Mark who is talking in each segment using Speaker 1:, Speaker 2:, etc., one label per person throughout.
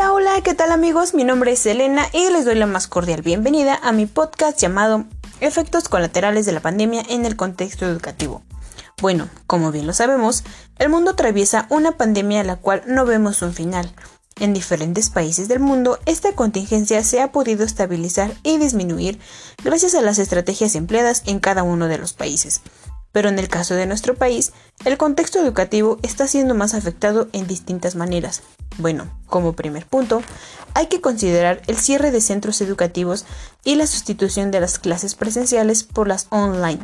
Speaker 1: Hola, ¿qué tal amigos? Mi nombre es Elena y les doy la más cordial bienvenida a mi podcast llamado Efectos colaterales de la pandemia en el contexto educativo. Bueno, como bien lo sabemos, el mundo atraviesa una pandemia a la cual no vemos un final. En diferentes países del mundo, esta contingencia se ha podido estabilizar y disminuir gracias a las estrategias empleadas en cada uno de los países. Pero en el caso de nuestro país, el contexto educativo está siendo más afectado en distintas maneras. Bueno, como primer punto, hay que considerar el cierre de centros educativos y la sustitución de las clases presenciales por las online.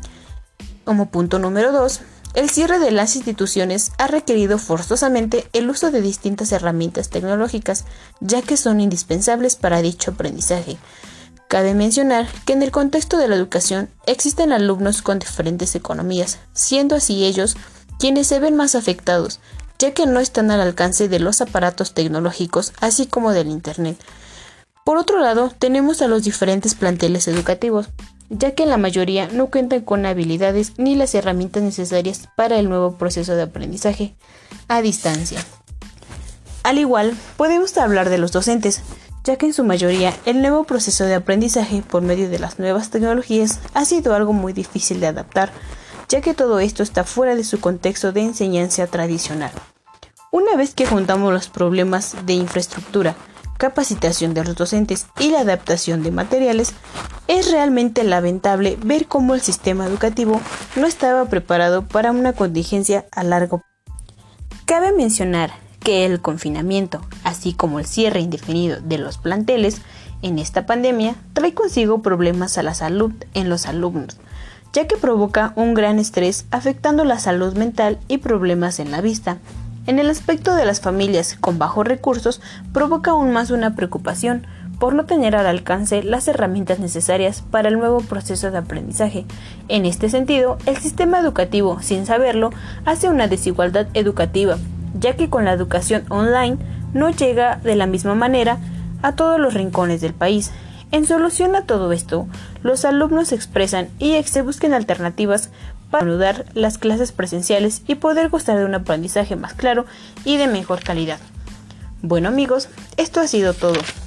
Speaker 1: Como punto número 2, el cierre de las instituciones ha requerido forzosamente el uso de distintas herramientas tecnológicas, ya que son indispensables para dicho aprendizaje. Cabe mencionar que en el contexto de la educación existen alumnos con diferentes economías, siendo así ellos quienes se ven más afectados, ya que no están al alcance de los aparatos tecnológicos, así como del Internet. Por otro lado, tenemos a los diferentes planteles educativos, ya que la mayoría no cuentan con habilidades ni las herramientas necesarias para el nuevo proceso de aprendizaje a distancia. Al igual, podemos hablar de los docentes, ya que en su mayoría el nuevo proceso de aprendizaje por medio de las nuevas tecnologías ha sido algo muy difícil de adaptar, ya que todo esto está fuera de su contexto de enseñanza tradicional. Una vez que juntamos los problemas de infraestructura, capacitación de los docentes y la adaptación de materiales, es realmente lamentable ver cómo el sistema educativo no estaba preparado para una contingencia a largo plazo. Cabe mencionar que el confinamiento, así como el cierre indefinido de los planteles en esta pandemia, trae consigo problemas a la salud en los alumnos, ya que provoca un gran estrés afectando la salud mental y problemas en la vista. En el aspecto de las familias con bajos recursos, provoca aún más una preocupación por no tener al alcance las herramientas necesarias para el nuevo proceso de aprendizaje. En este sentido, el sistema educativo, sin saberlo, hace una desigualdad educativa, ya que con la educación online no llega de la misma manera a todos los rincones del país. En solución a todo esto, los alumnos expresan y se buscan alternativas para anudar las clases presenciales y poder gozar de un aprendizaje más claro y de mejor calidad. Bueno amigos, esto ha sido todo.